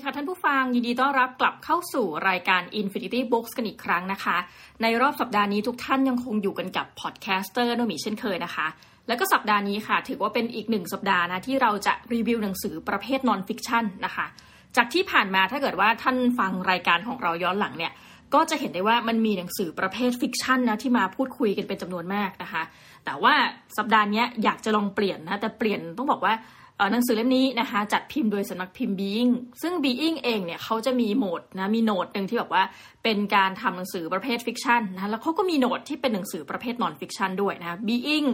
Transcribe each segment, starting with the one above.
ค่ะท่านผู้ฟังยินดีต้อนรับกลับเข้าสู่รายการ Infinity Books กันอีกครั้งนะคะในรอบสัปดาห์นี้ทุกท่านยังคงอยู่กันกับพอดแคสเตอร์โนมิเช่นเคยนะคะแล้วก็สัปดาห์นี้ค่ะถือว่าเป็นอีก1สัปดาห์นะที่เราจะรีวิวหนังสือประเภทนอนฟิกชันนะคะจากที่ผ่านมาถ้าเกิดว่าท่านฟังรายการของเราย้อนหลังเนี่ยก็จะเห็นได้ว่ามันมีหนังสือประเภทฟิกชันนะที่มาพูดคุยกันเป็นจำนวนมากนะคะแต่ว่าสัปดาห์นี้อยากจะลองเปลี่ยนนะแต่เปลี่ยนต้องบอกว่าหนังสือเล่มนี้นะคะจัดพิมพ์โดยสำนักพิมพ์ Being ซึ่ง Being เองเนี่ยเขาจะมีโหมดนะมีโหนดนึงที่แบบว่าเป็นการทำหนังสือประเภทฟิกชันนะแล้วเขาก็มีโหนดที่เป็นหนังสือประเภทนอนฟิกชันด้วยนะ Being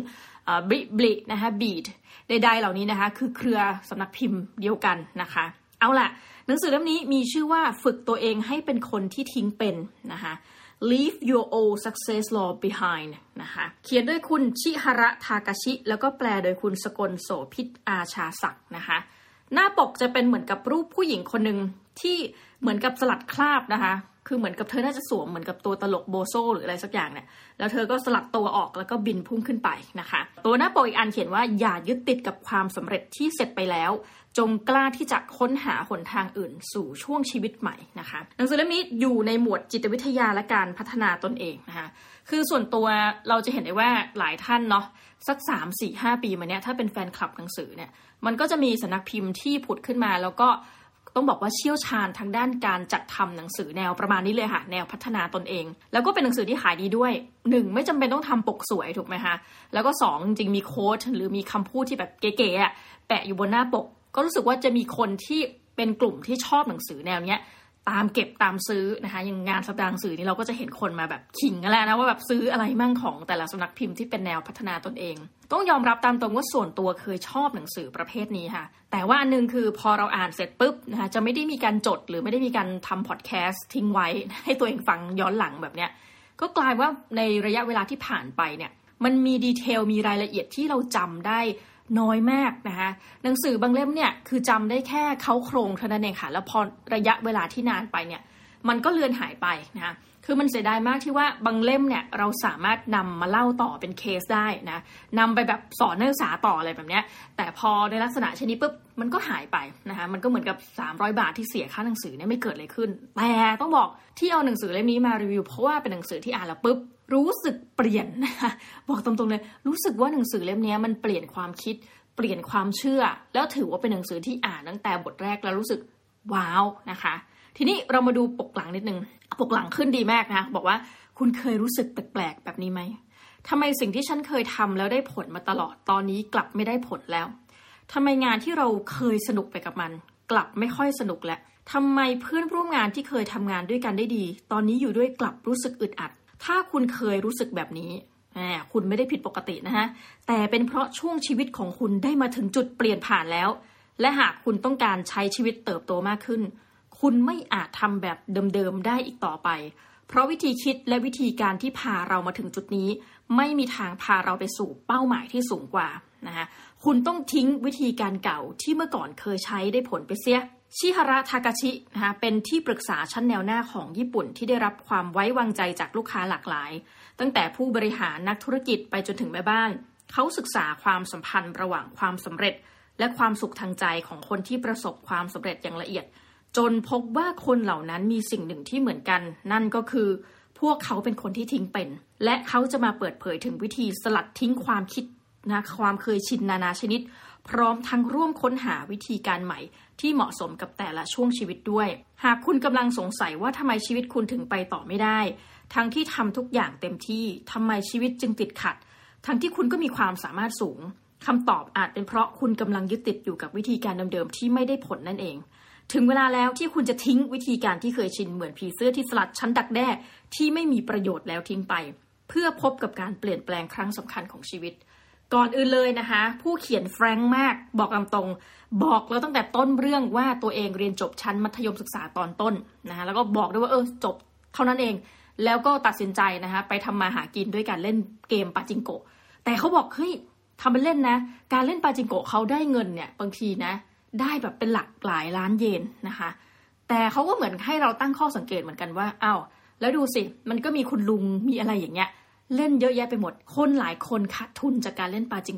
Bli นะคะ Beat ใดๆเหล่านี้นะคะคือเครือสำนักพิมพ์เดียวกันนะคะเอาล่ะหนังสือเล่มนี้มีชื่อว่าฝึกตัวเองให้เป็นคนที่ทิ้งเป็นนะคะ Leave your old success law behind นะคะเขียนโดยคุณชิฮาระทากาชิแล้วก็แปลโดยคุณสกลโสภิตอาชาศักดิ์นะคะหน้าปกจะเป็นเหมือนกับรูปผู้หญิงคนหนึ่งที่เหมือนกับสลัดคราบนะคะคือเหมือนกับเธอน่าจะสวมเหมือนกับตัวตลกโบโซหรืออะไรสักอย่างเนี่ยแล้วเธอก็สลัดตัวออกแล้วก็บินพุ่งขึ้นไปนะคะตัวหน้าปกอีกอันเขียนว่าอย่ายึดติดกับความสำเร็จที่เสร็จไปแล้วจงกล้าที่จะค้นหาหนทางอื่นสู่ช่วงชีวิตใหม่นะคะหนังสือเล่มนี้อยู่ในหมวดจิตวิทยาและการพัฒนาตนเองนะคะคือส่วนตัวเราจะเห็นได้ว่าหลายท่านเนาะสัก 3-4-5 ปีมาเนี้ยถ้าเป็นแฟนคลับหนังสือเนี่ยมันก็จะมีสำนักพิมพ์ที่ผุดขึ้นมาแล้วก็ต้องบอกว่าเชี่ยวชาญทางด้านการจัดทำหนังสือแนวประมาณนี้เลยค่ะแนวพัฒนาตนเองแล้วก็เป็นหนังสือที่ขายดีด้วย1ไม่จำเป็นต้องทำปกสวยถูกไหมคะแล้วก็2จริงๆมีโค้ดหรือมีคำพูดที่แบบเก๋ๆอ่ะแปะอยู่บนหน้าปกก็รู้สึกว่าจะมีคนที่เป็นกลุ่มที่ชอบหนังสือแนวเนี้ยตามเก็บตามซื้อนะคะอย่างงานสัปดาห์หนังสือนี่เราก็จะเห็นคนมาแบบขิงกันแล้วนะว่าแบบซื้ออะไรมั่งของแต่ละสำนักพิมพ์ที่เป็นแนวพัฒนาตนเองต้องยอมรับตามตรงว่าส่วนตัวเคยชอบหนังสือประเภทนี้ค่ะแต่ว่าอันนึงคือพอเราอ่านเสร็จปุ๊บนะคะจะไม่ได้มีการจดหรือไม่ได้มีการทำพอดแคสต์ทิ้งไว้ให้ตัวเองฟังย้อนหลังแบบเนี้ยก็กลายว่าในระยะเวลาที่ผ่านไปเนี่ยมันมีดีเทลมีรายละเอียดที่เราจำได้น้อยมากนะคะหนังสือบางเล่มเนี่ยคือจำได้แค่เค้าโครงเท่านั้นเองค่ะแล้วพอระยะเวลาที่นานไปเนี่ยมันก็เลือนหายไปนะคะคือมันเสียดายมากที่ว่าบางเล่มเนี่ยเราสามารถนำมาเล่าต่อเป็นเคสได้นะนำไปแบบสอนนักศึกษาต่ออะไรแบบเนี้ยแต่พอในลักษณะเช่นนี้ปุ๊บมันก็หายไปนะคะมันก็เหมือนกับ300 บาทที่เสียค่าหนังสือเนี่ยไม่เกิดอะไรขึ้นแต่ต้องบอกที่เอาหนังสือเล่มนี้มารีวิวเพราะว่าเป็นหนังสือที่อ่านแล้วปุ๊บรู้สึกเปลี่ยนนะคะบอกตรงๆเลยรู้สึกว่าหนังสือเล่มนี้มันเปลี่ยนความคิดเปลี่ยนความเชื่อแล้วถือว่าเป็นหนังสือที่อ่านตั้งแต่บทแรกแล้วรู้สึกว้าวนะคะทีนี้เรามาดูปกหลังนิดนึงปกหลังขึ้นดีมากนะบอกว่าคุณเคยรู้สึกแปลกๆแบบนี้ไหมทำไมสิ่งที่ฉันเคยทำแล้วได้ผลมาตลอดตอนนี้กลับไม่ได้ผลแล้วทำไมงานที่เราเคยสนุกไปกับมันกลับไม่ค่อยสนุกแล้วทำไมเพื่อนร่วมงานที่เคยทำงานด้วยกันได้ดีตอนนี้อยู่ด้วยกลับรู้สึกอึดอัดถ้าคุณเคยรู้สึกแบบนี้คุณไม่ได้ผิดปกตินะฮะแต่เป็นเพราะช่วงชีวิตของคุณได้มาถึงจุดเปลี่ยนผ่านแล้วและหากคุณต้องการใช้ชีวิตเติบโตมากขึ้นคุณไม่อาจทำแบบเดิมๆได้อีกต่อไปเพราะวิธีคิดและวิธีการที่พาเรามาถึงจุดนี้ไม่มีทางพาเราไปสู่เป้าหมายที่สูงกว่านะคะคุณต้องทิ้งวิธีการเก่าที่เมื่อก่อนเคยใช้ได้ผลไปเสียชิฮาระทากาชินะคะเป็นที่ปรึกษาชั้นแนวหน้าของญี่ปุ่นที่ได้รับความไว้วางใจจากลูกค้าหลากหลายตั้งแต่ผู้บริหารนักธุรกิจไปจนถึงแม่บ้านเขาศึกษาความสัมพันธ์ระหว่างความสำเร็จและความสุขทางใจของคนที่ประสบความสำเร็จอย่างละเอียดจนพบว่าคนเหล่านั้นมีสิ่งหนึ่งที่เหมือนกันนั่นก็คือพวกเขาเป็นคนที่ทิ้งเป็นและเขาจะมาเปิดเผยถึงวิธีสลัดทิ้งความคิดนะความเคยชินนานาชนิดพร้อมทั้งร่วมค้นหาวิธีการใหม่ที่เหมาะสมกับแต่ละช่วงชีวิตด้วยหากคุณกำลังสงสัยว่าทำไมชีวิตคุณถึงไปต่อไม่ได้ทั้งที่ทำทุกอย่างเต็มที่ทำไมชีวิตจึงติดขัดทั้งที่คุณก็มีความสามารถสูงคำตอบอาจเป็นเพราะคุณกำลังยึดติดอยู่กับวิธีการเดิมๆที่ไม่ได้ผลนั่นเองถึงเวลาแล้วที่คุณจะทิ้งวิธีการที่เคยชินเหมือนผีเสื้อที่สลัดชั้นดักแด้ที่ไม่มีประโยชน์แล้วทิ้งไปเพื่อพบกับการเปลี่ยนแปลงครั้งสำคัญของชีวิตก่อนอื่นเลยนะคะผู้เขียนแฟรงค์มากบอกตรงๆบอกแล้วตั้งแต่ต้นเรื่องว่าตัวเองเรียนจบชั้นมัธยมศึกษาตอนต้นนะคะแล้วก็บอกด้วยว่าจบเท่านั้นเองแล้วก็ตัดสินใจนะคะไปทำมาหากินด้วยการเล่นเกมปาจิงโกะแต่เขาบอกเฮ้ยทำเป็นเล่นนะการเล่นปาจิงโกะเขาได้เงินเนี่ยบางทีนะได้แบบเป็นหลักหลายล้านเยนนะคะแต่เขาก็เหมือนให้เราตั้งข้อสังเกตเหมือนกันว่าอ้าวแล้วดูสิมันก็มีคุณลุงมีอะไรอย่างเงี้ยเล่นเยอะแยะไปหมดคนหลายคนขาดทุนจากการเล่นปาจิงโกะ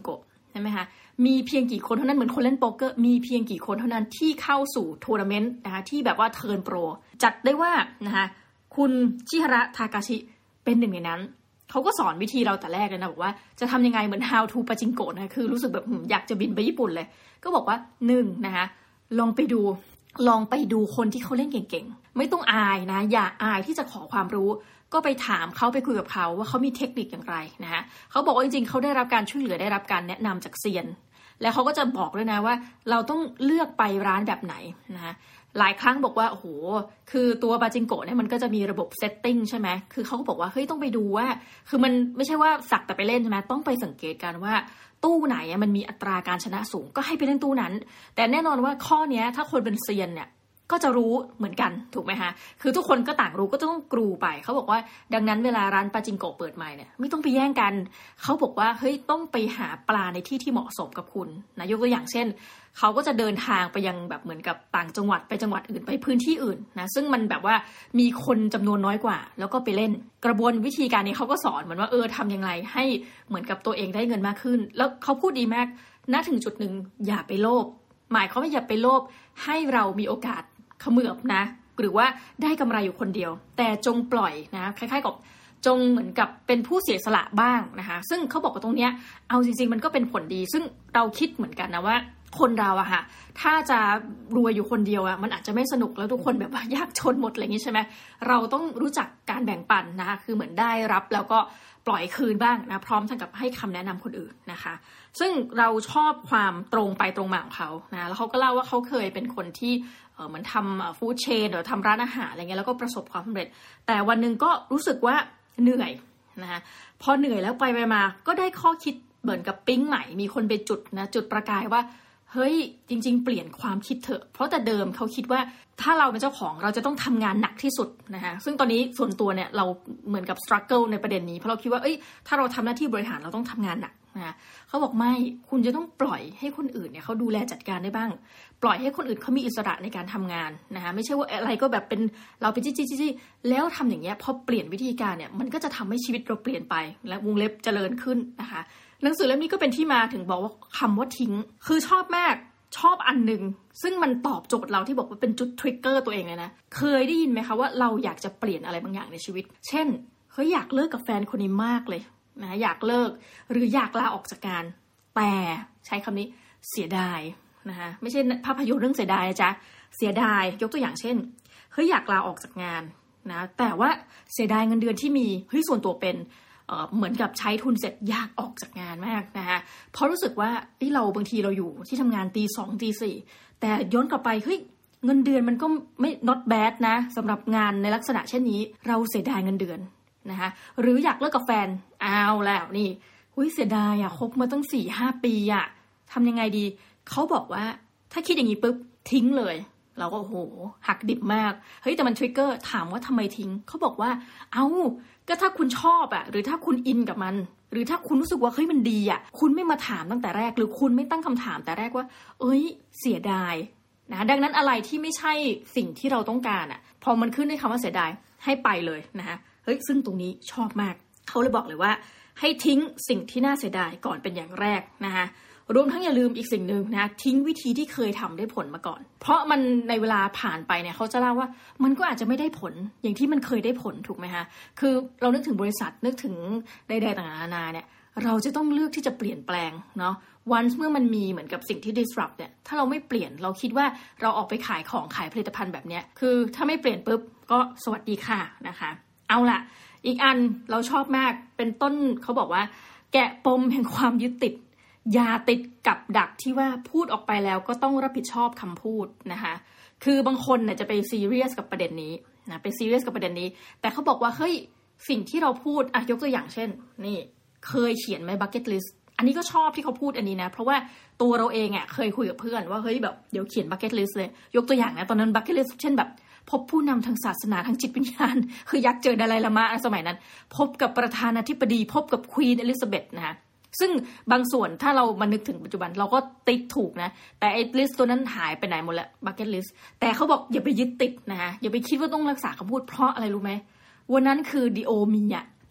ใช่ไหมคะมีเพียงกี่คนเท่านั้นเหมือนคนเล่นโป๊กเกอร์มีเพียงกี่คนเท่านั้นที่เข้าสู่ทัวร์นาเมนต์นะคะที่แบบว่าเทิร์นโปรจัดได้ว่านะคะคุณชิฮาระทากาชิเป็นหนึ่งในนั้นเขาก็สอนวิธีเราแต่แรกเลยนะบอกว่าจะทำยังไงเหมือน how to ปาจิงโกะนะคือรู้สึกแบบอยากจะบินไปญี่ปุ่นเลยก็บอกว่า1นะคะลองไปดูคนที่เขาเล่นเก่งๆไม่ต้องอายนะอย่าอายที่จะขอความรู้ก็ไปถามเขาไปคุยกับเขาว่าเขามีเทคนิคอย่างไรนะคะเขาบอกว่าจริงๆเขาได้รับการช่วยเหลือได้รับการแนะนำจากเซียนแล้วเขาก็จะบอกด้วยนะว่าเราต้องเลือกไปร้านแบบไหนนะคะหลายครั้งบอกว่าโอ้โหคือตัวปาจิงโกะเนี่ยมันก็จะมีระบบเซตติ้งใช่ไหมคือเขาก็บอกว่าเฮ้ยต้องไปดูว่าคือมันไม่ใช่ว่าสักแต่ไปเล่นใช่ไหมต้องไปสังเกตกันว่าตู้ไหนมันมีอัตราการชนะสูงก็ให้ไปเล่นตู้นั้นแต่แน่นอนว่าข้อนี้ถ้าคนเป็นเซียนเนี่ยก็จะรู้เหมือนกันถูกไหมคะคือทุกคนก็ต่างรู้ก็ต้องกรูไปเขาบอกว่าดังนั้นเวลาร้านปาจิงโกะเปิดใหม่เนี่ยไม่ต้องไปแย่งกันเขาบอกว่าเฮ้ยต้องไปหาปลาในที่ที่เหมาะสมกับคุณนะยกตัวอย่างเช่นเขาก็จะเดินทางไปยังแบบเหมือนกับต่างจังหวัดไปจังหวัดอื่นไปพื้นที่อื่นนะซึ่งมันแบบว่ามีคนจำนวนน้อยกว่าแล้วก็ไปเล่นกระบวนวิธีการนี้เขาก็สอนเหมือนว่าทำยังไงให้เหมือนกับตัวเองได้เงินมากขึ้นแล้วเขาพูดดีมากณถึงจุดหนึ่งอย่าไปโลภหมายเขาว่าอย่าไปโลภให้เรามีโอกาสเขมือบนะหรือว่าได้กำไรอยู่คนเดียวแต่จงปล่อยนะคล้ายๆกับจงเหมือนกับเป็นผู้เสียสละบ้างนะคะซึ่งเขาบอกว่าตรงเนี้ยเอาจริงๆมันก็เป็นผลดีซึ่งเราคิดเหมือนกันนะว่าคนเราอะค่ะถ้าจะรวยอยู่คนเดียวอะมันอาจจะไม่สนุกแล้วทุกคนแบบว่ายากจนหมดอะไรอย่างนี้ใช่ไหมเราต้องรู้จักการแบ่งปันนะคะคือเหมือนได้รับแล้วก็ปล่อยคืนบ้างนะพร้อมทั้งกับให้คำแนะนำคนอื่นนะคะซึ่งเราชอบความตรงไปตรงมาของเขานะแล้วเขาก็เล่าว่าเขาเคยเป็นคนที่เหมือนทำฟู้ดเชนหรือทำร้านอาหารอะไรเงี้ยแล้วก็ประสบความสำเร็จแต่วันหนึ่งก็รู้สึกว่าเหนื่อยนะคะพอเหนื่อยแล้วไปมาก็ได้ข้อคิดเหมือนกับปิ๊งใหม่มีคนไปจุดประกายว่าเฮ้ยจริงๆเปลี่ยนความคิดเถอะเพราะแต่เดิมเขาคิดว่าถ้าเราเป็นเจ้าของเราจะต้องทำงานหนักที่สุดนะคะซึ่งตอนนี้ส่วนตัวเนี่ยเราเหมือนกับ struggle ในประเด็นนี้เพราะเราคิดว่าถ้าเราทำหน้าที่บริหารเราต้องทำงานหนักนะเขาบอกไม่คุณจะต้องปล่อยให้คนอื่นเนี่ยเขาดูแลจัดการได้บ้างปล่อยให้คนอื่นเขามีอิสระในการทำงานนะคะไม่ใช่ว่าอะไรก็แบบเป็นเราไปจี้แล้วทำอย่างเงี้ยพอเปลี่ยนวิธีการเนี่ยมันก็จะทำให้ชีวิตเราเปลี่ยนไปและวงเล็บเจริญขึ้นนะคะหนังสือเล่มนี้ก็เป็นที่มาถึงบอกว่าคำว่าทิ้งคือชอบมากชอบอันนึงซึ่งมันตอบโจทย์เราที่บอกว่าเป็นจุดทริกเกอร์ตัวเองเลยนะเคยได้ยินไหมคะว่าเราอยากจะเปลี่ยนอะไรบางอย่างในชีวิตเช่นอยากเลิกกับแฟนคนนี้มากเลยนะอยากเลิกหรืออยากลาออกจากงานแต่ใช้คำนี้เสียดายนะคะไม่ใช่ภาพยนตร์เรื่องเสียดายนะจ๊ะเสียดายยกตัวอย่างเช่นอยากลาออกจากงานนะแต่ว่าเสียดายเงินเดือนที่มีส่วนตัวเป็นเหมือนกับใช้ทุนเสร็จอยากออกจากงานมากนะคะเพราะรู้สึกว่าเราบางทีเราอยู่ที่ทำงานตี 2 ตี 4แต่ย้อนกลับไปเงินเดือนมันก็ไม่ not bad นะสำหรับงานในลักษณะเช่นนี้เราเสียดายเงินเดือนนะคะหรืออยากเลิกกับแฟนเอาแล้วนี่เสียดายคบมาตั้ง 4-5 ปีทำยังไงดีเขาบอกว่าถ้าคิดอย่างนี้ปุ๊บทิ้งเลยเราก็หักดิบมากแต่มันทริกเกอร์ถามว่าทำไมทิ้งเขาบอกว่าก็ถ้าคุณชอบหรือถ้าคุณอินกับมันหรือถ้าคุณรู้สึกว่ามันดีคุณไม่มาถามตั้งแต่แรกหรือคุณไม่ตั้งคำถามแต่แรกว่าเสียดายนะดังนั้นอะไรที่ไม่ใช่สิ่งที่เราต้องการพอมันขึ้นด้วยคำว่าเสียดายให้ไปเลยนะคะซึ่งตรงนี้ชอบมากเขาเลยบอกเลยว่าให้ทิ้งสิ่งที่น่าเสียดายก่อนเป็นอย่างแรกนะคะรวมทั้งอย่าลืมอีกสิ่งหนึ่งนะทิ้งวิธีที่เคยทำได้ผลมาก่อนเพราะมันในเวลาผ่านไปเนี่ยเขาจะเล่าว่ามันก็อาจจะไม่ได้ผลอย่างที่มันเคยได้ผลถูกไหมคะคือเรานึกถึงบริษัทนึกถึงใดๆต่างๆนานาเนี่ยเราจะต้องเลือกที่จะเปลี่ยนแปลงเนาะวันเมื่อมันมีเหมือนกับสิ่งที่ disrupt เนี่ยถ้าเราไม่เปลี่ยนเราคิดว่าเราออกไปขายของขายผลิตภัณฑ์แบบเนี้ยคือถ้าไม่เปลี่ยนปุ๊บก็สวัสดีค่ะนะคะเอาล่ะอีกอันเราชอบมากเป็นต้นเขาบอกว่าแกะปมแห่งความยึดติดอย่าติดกับดักที่ว่าพูดออกไปแล้วก็ต้องรับผิดชอบคำพูดนะคะคือบางคนเนี่ยจะไปซีเรียสกับประเด็นนี้นะไปซีเรียสกับประเด็นนี้แต่เขาบอกว่าสิ่งที่เราพูดยกตัวอย่างเช่นนี่เคยเขียนไหม bucket list อันนี้ก็ชอบที่เขาพูดอันนี้นะเพราะว่าตัวเราเองเคยคุยกับเพื่อนว่าแบบเดี๋ยวเขียน bucket list เลยยกตัวอย่างนะตอนนั้น bucket list เช่นแบบพบผู้นำทางศาสนาทางจิตวิญญาณอยากเจอดาไลลามะสมัยนั้นพบกับประธานาธิบดีพบกับควีนอลิซาเบธนะคะซึ่งบางส่วนถ้าเรามานึกถึงปัจจุบันเราก็ติ๊กถูกนะแต่ไอ้ลิสต์ตัวนั้นหายไปไหนหมดแล้ว bucket list แต่เขาบอกอย่าไปยึดติดนะคะอย่าไปคิดว่าต้องรักษาคำพูดเพราะอะไรรู้ไหมวันนั้นคือดิโอมี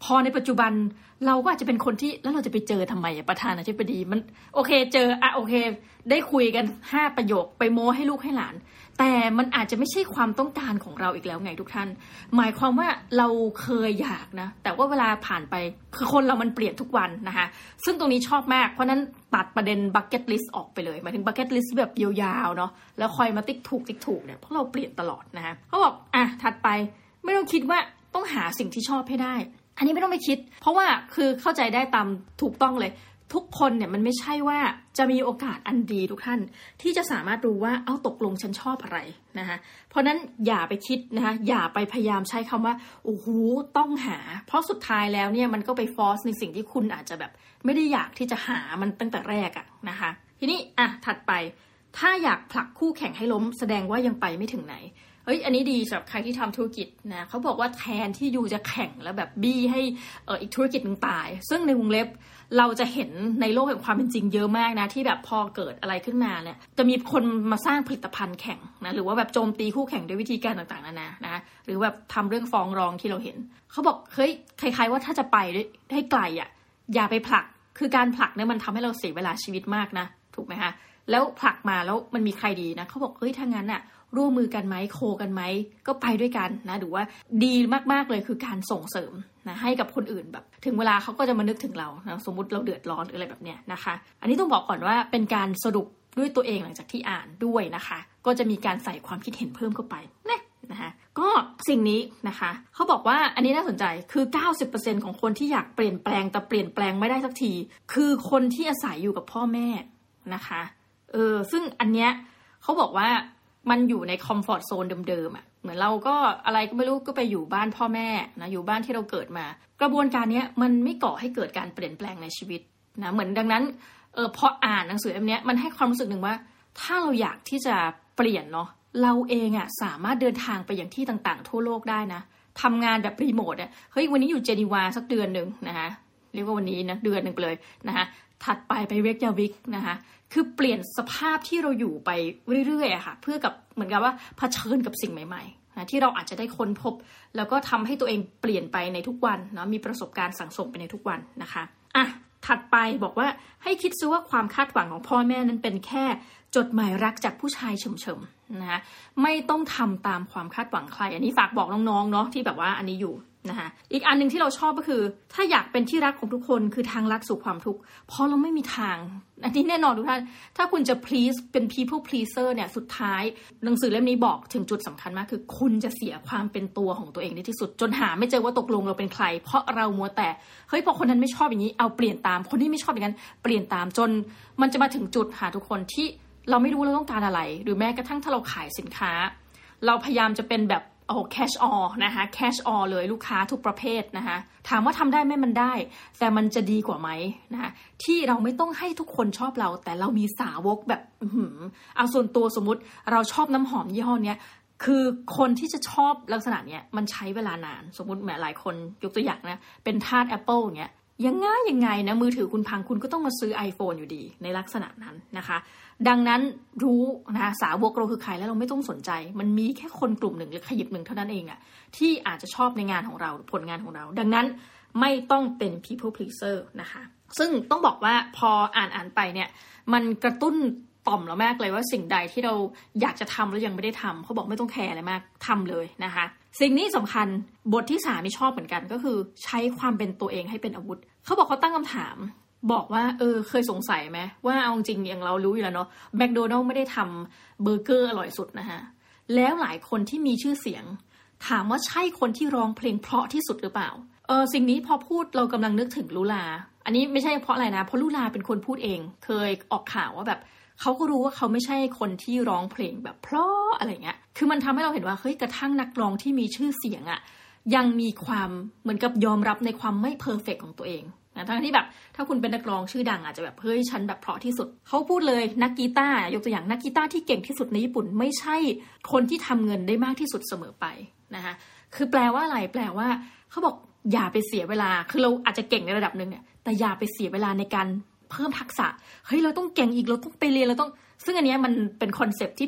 พอในปัจจุบันเราก็อาจจะเป็นคนที่แล้วเราจะไปเจอทำไมประธานาธิบดีมันโอเคเจอโอเคได้คุยกัน5ประโยคไปโม้ให้ลูกให้หลานแต่มันอาจจะไม่ใช่ความต้องการของเราอีกแล้วไงทุกท่านหมายความว่าเราเคยอยากนะแต่ว่าเวลาผ่านไปคือคนเรามันเปลี่ยนทุกวันนะคะซึ่งตรงนี้ชอบมากเพราะนั้นตัดประเด็น bucket list ออกไปเลยหมายถึง bucket list แบบยาวๆเนาะแล้วคอยมาติ๊กถูกเนี่ยเพราะเราเปลี่ยนตลอดนะคะเขาบอกถัดไปไม่ต้องคิดว่าต้องหาสิ่งที่ชอบให้ได้อันนี้ไม่ต้องไปคิดเพราะว่าคือเข้าใจได้ตามถูกต้องเลยทุกคนเนี่ยมันไม่ใช่ว่าจะมีโอกาสอันดีทุกท่านที่จะสามารถรู้ว่าตกลงฉันชอบอะไรนะคะเพราะนั้นอย่าไปคิดนะคะอย่าไปพยายามใช้คำว่าโอ้โหต้องหาเพราะสุดท้ายแล้วเนี่ยมันก็ไปฟอร์สในสิ่งที่คุณอาจจะแบบไม่ได้อยากที่จะหามันตั้งแต่แรกนะคะทีนี้ถัดไปถ้าอยากผลักคู่แข่งให้ล้มแสดงว่ายังไปไม่ถึงไหนอันนี้ดีสำหรับใครที่ทำธุรกิจนะเขาบอกว่าแทนที่ยูจะแข่งแล้วแบบบี้ให้อีกธุรกิจนึงตายซึ่งในวงเล็บเราจะเห็นในโลกแห่งความเป็นจริงเยอะมากนะที่แบบพอเกิดอะไรขึ้นมาเนี่ยจะมีคนมาสร้างผลิตภัณฑ์แข่งนะหรือว่าแบบโจมตีคู่แข่งด้วยวิธีการต่างๆนานานะหรือแบบทำเรื่องฟ้องร้องที่เราเห็นเขาบอกเฮ้ยคล้ายๆว่าถ้าจะไปให้ไกลอย่าไปผลักคือการผลักเนี่ยมันทำให้เราเสียเวลาชีวิตมากนะถูกไหมคะแล้วผลักมาแล้วมันมีใครดีนะเขาบอกเฮ้ยถ้างั้นร่วมมือกันไหมโคกันไหมก็ไปด้วยกันนะหรือว่าดีมากๆเลยคือการส่งเสริมนะให้กับคนอื่นแบบถึงเวลาเขาก็จะมานึกถึงเรานะสมมุติเราเดือดร้อนหรืออะไรแบบเนี้ยนะคะอันนี้ต้องบอกก่อนว่าเป็นการสรุปด้วยตัวเองหลังจากที่อ่านด้วยนะคะก็จะมีการใส่ความคิดเห็นเพิ่มเข้าไปนะคะก็สิ่งนี้นะคะเขาบอกว่าอันนี้น่าสนใจคือ 90% ของคนที่อยากเปลี่ยนแปลงแต่เปลี่ยนแปลงไม่ได้สักทีคือคนที่อาศัยอยู่กับพ่อแม่นะคะซึ่งอันเนี้ยเขาบอกว่ามันอยู่ในคอมฟอร์ตโซนเดิมๆเหมือนเราก็อะไรก็ไม่รู้ก็ไปอยู่บ้านพ่อแม่นะอยู่บ้านที่เราเกิดมากระบวนการนี้มันไม่ก่อให้เกิดการเปลี่ยนแปลงในชีวิตนะเหมือนดังนั้นพออ่านหนังสือแบบนี้มันให้ความรู้สึกหนึ่งว่าถ้าเราอยากที่จะเปลี่ยนเนาะเราเองสามารถเดินทางไปอย่างที่ต่างๆทั่วโลกได้นะทำงานแบบรีโมทเฮ้ยวันนี้อยู่เจนีวาสักเดือนนึงนะคะเรียกว่าวันนี้นะเดือนนึงไปเลยนะคะถัดไปเรกยาวิกนะคะคือเปลี่ยนสภาพที่เราอยู่ไปเรื่อยๆค่ะเพื่อกับเหมือนกับว่าเผชิญกับสิ่งใหม่ๆนะที่เราอาจจะได้ค้นพบแล้วก็ทำให้ตัวเองเปลี่ยนไปในทุกวันเนาะมีประสบการณ์สั่งสมไปในทุกวันนะคะถัดไปบอกว่าให้คิดซะว่าความคาดหวังของพ่อแม่นั้นเป็นแค่จดหมายรักจากผู้ชายเฉมๆนะคะไม่ต้องทำตามความคาดหวังใครอันนี้ฝากบอกน้องๆเนาะที่แบบว่าอันนี้อยู่นะคะอีกอันนึงที่เราชอบก็คือถ้าอยากเป็นที่รักของทุกคนคือทางลัดสู่ความทุกข์เพราะเราไม่มีทางอันนี้แน่นอนทุกท่านถ้าคุณจะ please เป็น people pleaser เนี่ยสุดท้ายหนังสือเล่มนี้บอกถึงจุดสำคัญมากคือคุณจะเสียความเป็นตัวของตัวเองในที่สุดจนหาไม่เจอว่าตกลงเราเป็นใครเพราะเรามัวแต่เฮ้ยพอคนนั้นไม่ชอบอย่างนี้เอาเปลี่ยนตามคนที่ไม่ชอบอย่างนั้นเปลี่ยนตามจนมันจะมาถึงจุดหาทุกคนที่เราไม่รู้เราต้องการอะไรหรือแม้กระทั่งถ้าเราขายสินค้าเราพยายามจะเป็นแบบcash all นะคะ cash all เลยลูกค้าทุกประเภทนะคะถามว่าทำได้ไหมมันได้แต่มันจะดีกว่าไหมนะคะที่เราไม่ต้องให้ทุกคนชอบเราแต่เรามีสาวกแบบเอาส่วนตัวสมมุติเราชอบน้ำหอมยี่ห้อเนี้ยคือคนที่จะชอบลักษณะเนี้ยมันใช้เวลานานสมมุติหลายคนยกตัวอย่างนะเป็นทาส Apple อย่างเงี้ยยังไงนะมือถือคุณพังคุณก็ต้องมาซื้อ iPhone อยู่ดีในลักษณะนั้นนะคะดังนั้นรู้นะสาวกเราคือใครแล้วเราไม่ต้องสนใจมันมีแค่คนกลุ่มหนึ่งหรือขยิบหนึ่งเท่านั้นเองที่อาจจะชอบในงานของเราผลงานของเราดังนั้นไม่ต้องเป็น people pleaser นะคะซึ่งต้องบอกว่าพออ่านไปเนี่ยมันกระตุ้นต่อมเรามากเลยว่าสิ่งใดที่เราอยากจะทำแล้วยังไม่ได้ทำเขาบอกไม่ต้องแคร์อะไรมากทำเลยนะคะสิ่งนี้สำคัญบทที่3ที่ชอบเหมือนกันก็คือใช้ความเป็นตัวเองให้เป็นอาวุธเขาบอกเขาตั้งคำถามบอกว่าเคยสงสัยไหมว่าเอาจริงอย่างเรารู้อยู่แล้วเนาะแมคโดนัลด์ไม่ได้ทำเบอร์เกอร์อร่อยสุดนะคะแล้วหลายคนที่มีชื่อเสียงถามว่าใช่คนที่ร้องเพลงเพราะที่สุดหรือเปล่าสิ่งนี้พอพูดเรากำลังนึกถึงลุลาอันนี้ไม่ใช่เพราะอะไรนะเพราะลุลาเป็นคนพูดเองเคยออกข่าวว่าแบบเขาก็รู้ว่าเขาไม่ใช่คนที่ร้องเพลงแบบเพราะอะไรเงี้ยคือมันทำให้เราเห็นว่าเฮ้ยกระทั่งนักร้องที่มีชื่อเสียงยังมีความเหมือนกับยอมรับในความไม่เพอร์เฟกต์ของตัวเองนะทั้งที่แบบถ้าคุณเป็นนักร้องชื่อดังอาจจะแบบเฮ้ยฉันแบบเพราะที่สุดเขาพูดเลยนักกีตาร์ยกตัวอย่างนักกีตาร์ที่เก่งที่สุดในญี่ปุ่นไม่ใช่คนที่ทำเงินได้มากที่สุดเสมอไปนะคะคือแปลว่าอะไรแปลว่าเขาบอกอย่าไปเสียเวลาคือเราอาจจะเก่งในระดับนึงเนี่ยแต่อย่าไปเสียเวลาในการเพิ่มทักษะเฮ้ยเราต้องเก่งอีกเราต้องไปเรียนเราต้องซึ่งอันนี้มันเป็นคอนเซ็ปต์ที่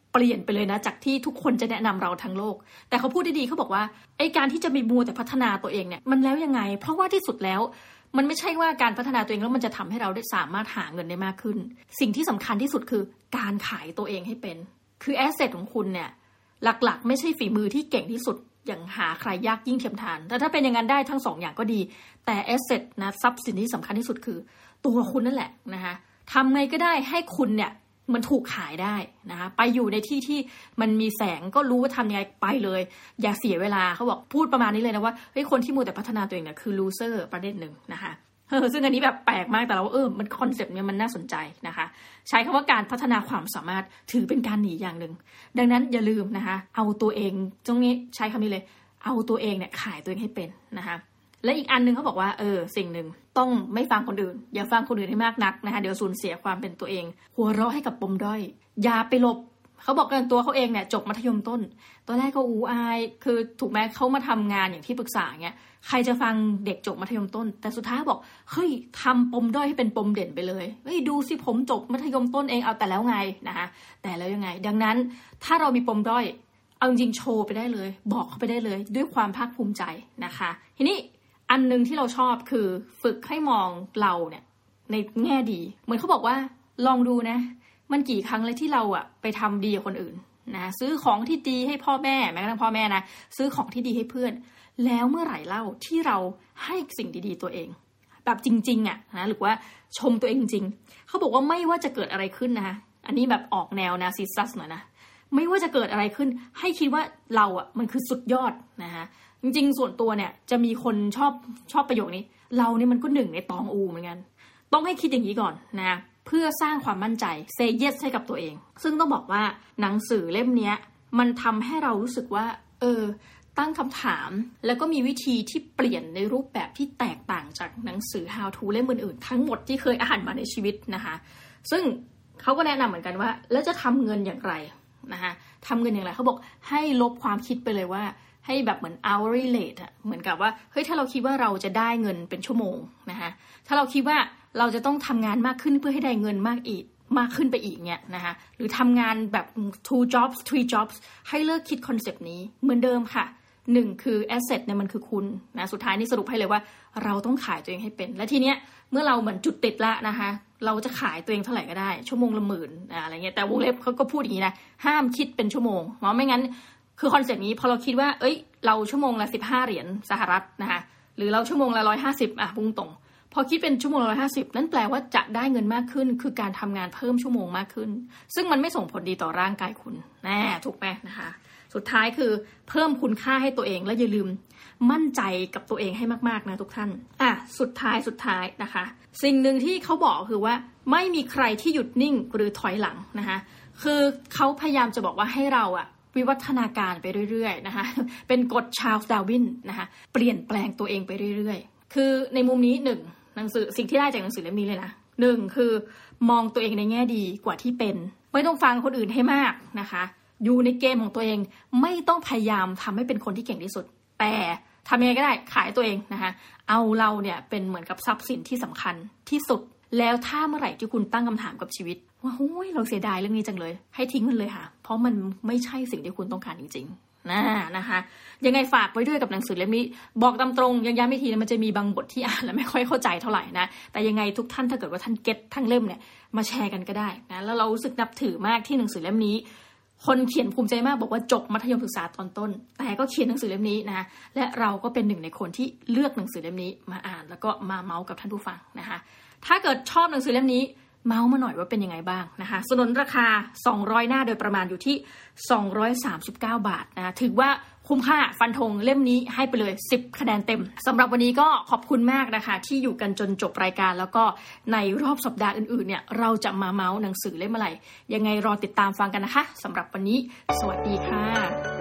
เปลี่ยนไปเลยนะจากที่ทุกคนจะแนะนำเราทั้งโลกแต่เขาพูดดีๆเขาบอกว่าไอ้การที่จะมีมัวแต่พัฒนาตัวเองเนี่ยมันแล้วยังไงเพราะว่าที่สุดแล้วมันไม่ใช่ว่าการพัฒนาตัวเองแล้วมันจะทำให้เราได้สามารถหาเงินได้มากขึ้นสิ่งที่สำคัญที่สุดคือการขายตัวเองให้เป็นคือแอสเซทของคุณเนี่ยหลักๆไม่ใช่ฝีมือที่เก่งที่สุดอย่างหาใครยากยิ่งเทียมทานแต่ถ้าเป็นอย่างนั้นได้ทั้ง2 อย่างก็ดีแต่แอสเซทนะทรัพย์สินที่สำคัญที่สุดคือตัวคุณนั่นแหละนะคะทำไงก็ได้ให้คุณเนี่ยมันถูกขายได้นะคะไปอยู่ในที่ที่มันมีแสงก็รู้ว่าทำยังไงไปเลยอย่าเสียเวลาเขาบอกพูดประมาณนี้เลยนะว่าเฮ้ยคนที่มัวแต่พัฒนาตัวเองเนี่ยคือลูเซอร์ประเด็นหนึ่งนะคะซึ่งอันนี้แบบแปลกมากแต่เรามันคอนเซปต์เนี่ยมันน่าสนใจนะคะใช้คำว่าการพัฒนาความสามารถถือเป็นการหนีอย่างหนึ่งดังนั้นอย่าลืมนะคะเอาตัวเองตรงนี้ใช้คำนี้เลยเอาตัวเองเนี่ยขายตัวเองให้เป็นนะคะและอีกอันนึงเขาบอกว่าสิ่งหนึ่งต้องไม่ฟังคนอื่นอย่าฟังคนอื่นให้มากนักนะคะเดี๋ยวสูญเสียความเป็นตัวเองหัวเราะให้กับปมด้อยอย่าไปหลบเขาบอกกันตัวเขาเองเนี่ยจบมัธยมต้นตอนแรกก็อายคือถูกไหมเขามาทำงานอย่างที่ปรึกษาเงี้ยใครจะฟังเด็กจบมัธยมต้นแต่สุดท้ายบอกเฮ้ยทำปมด้อยให้เป็นปมเด่นไปเลยเฮ้ยดูสิผมจบมัธยมต้นเองเอาแต่แล้วไงนะคะแต่แล้วยังไงดังนั้นถ้าเรามีปมด้อยเอาจริงโชว์ไปได้เลยบอกเขาไปได้เลยด้วยความภาคภูมิใจนะคะทีนี้อันนึงที่เราชอบคือฝึกให้มองเราเนี่ยในแง่ดีเหมือนเขาบอกว่าลองดูนะมันกี่ครั้งเลยที่เราไปทำดีกับคนอื่นนะซื้อของที่ดีให้พ่อแม่แม้กระทั่งพ่อแม่นะซื้อของที่ดีให้เพื่อนแล้วเมื่อไหร่เล่าที่เราให้สิ่งดีๆตัวเองแบบจริงๆนะหรือว่าชมตัวเองจริงๆเขาบอกว่าไม่ว่าจะเกิดอะไรขึ้นนะอันนี้แบบออกแนวนาร์ซิสซัสหน่อยนะไม่ว่าจะเกิดอะไรขึ้นให้คิดว่าเรามันคือสุดยอดนะคะจริงๆส่วนตัวเนี่ยจะมีคนชอบประโยคนี้เราเนี่ยมันก็หนึ่งในตองอูเหมือนกันต้องให้คิดอย่างนี้ก่อนนะเพื่อสร้างความมั่นใจ say yes ให้กับตัวเองซึ่งต้องบอกว่าหนังสือเล่มนี้มันทำให้เรารู้สึกว่าตั้งคำถามแล้วก็มีวิธีที่เปลี่ยนในรูปแบบที่แตกต่างจากหนังสือ how to เล่มอื่นๆทั้งหมดที่เคยอ่านมาในชีวิตนะคะซึ่งเขาก็แนะนำเหมือนกันว่าแล้วจะทำเงินอย่างไรนะคะทำเงินอย่างไรเขาบอกให้ลบความคิดไปเลยว่าให้แบบเหมือน hourly rate เหมือนกับว่าเฮ้ยถ้าเราคิดว่าเราจะได้เงินเป็นชั่วโมงนะคะถ้าเราคิดว่าเราจะต้องทำงานมากขึ้นเพื่อให้ได้เงินมากขึ้นไปอีกเนี่ยนะคะหรือทำงานแบบ 2 jobs 3 jobs ให้เลิกคิดคอนเซปต์นี้เหมือนเดิมค่ะ1คือ asset เนี่ยมันคือคุณนะสุดท้ายนี่สรุปให้เลยว่าเราต้องขายตัวเองให้เป็นและทีเนี้ยเมื่อเราเหมือนจุดติดละนะคะเราจะขายตัวเองเท่าไหร่ก็ได้ชั่วโมงละ10,000อะไรเงี้ยแต่วงเล็บเขาก็พูดอย่างนี้นะห้ามคิดเป็นชั่วโมงเพราะไม่งั้นคือคอนเซ็ปต์นี้พอเราคิดว่าเราชั่วโมงละ15 เหรียญสหรัฐนะคะหรือเราชั่วโมงละ150พุ่งตรงพอคิดเป็นชั่วโมงละ150นั่นแปลว่าจะได้เงินมากขึ้นคือการทำงานเพิ่มชั่วโมงมากขึ้นซึ่งมันไม่ส่งผลดีต่อร่างกายคุณแน่ถูกไหมนะคะสุดท้ายคือเพิ่มคุณค่าให้ตัวเองและอย่าลืมมั่นใจกับตัวเองให้มากๆนะทุกท่านสุดท้ายนะคะสิ่งหนึ่งที่เขาบอกคือว่าไม่มีใครที่หยุดนิ่งหรือถอยหลังนะคะคือเขาพยายามจะบอกว่าให้เราวิวัฒนาการไปเรื่อยๆนะคะเป็นกฎชาร์ลส์ดาร์วินนะคะเปลี่ยนแปลงตัวเองไปเรื่อยๆคือในมุมนี้หนังสือสิ่งที่ได้จากหนังสือเล่มนี้เลยนะ1คือมองตัวเองในแง่ดีกว่าที่เป็นไม่ต้องฟังคนอื่นให้มากนะคะอยู่ในเกมของตัวเองไม่ต้องพยายามทำให้เป็นคนที่เก่งที่สุดแต่ทำยังไงก็ได้ขายตัวเองนะคะเอาเราเนี่ยเป็นเหมือนกับทรัพย์สินที่สำคัญที่สุดแล้วถ้าเมื่อไหร่ที่คุณตั้งคำถามกับชีวิตว่าโอ้ยเราเสียดายเรื่องนี้จังเลยให้ทิ้งมันเลยค่ะเพราะมันไม่ใช่สิ่งที่คุณต้องการจริงๆนะคะยังไงฝากไว้ด้วยกับหนังสือเล่มนี้บอกตามตรงยังย้ำอีกทีนะมันจะมีบางบทที่อ่านแล้วไม่ค่อยเข้าใจเท่าไหร่นะแต่ยังไงทุกท่านถ้าเกิดว่าท่านเก็ตทั้งเล่มเนี่ยมาแชร์กันก็ได้นะแล้วเรารู้สึกนับถือมากที่หนังสือเล่มนี้คนเขียนภูมิใจมากบอกว่าจบมัธยมศึกษาตอนต้นแต่ก็เขียนหนังสือเล่มนี้นะและเราก็เป็นหนึ่งในคนที่เลือกหนังสือเล่มนี้มาอ่านแล้วก็มาเมาส์กับท่านผู้ฟังนะคะถ้าเกิดชอบหนังสือเล่มนี้เมาส์มาหน่อยว่าเป็นยังไงบ้างนะคะสนุนราคา200หน้าโดยประมาณอยู่ที่239 บาทนะถือว่าคุ้มค่าฟันธงเล่มนี้ให้ไปเลย10คะแนนเต็มสำหรับวันนี้ก็ขอบคุณมากนะคะที่อยู่กันจนจบรายการแล้วก็ในรอบสัปดาห์อื่นๆเนี่ยเราจะมาเมาส์หนังสือเล่มอะไรยังไงรอติดตามฟังกันนะคะสำหรับวันนี้สวัสดีค่ะ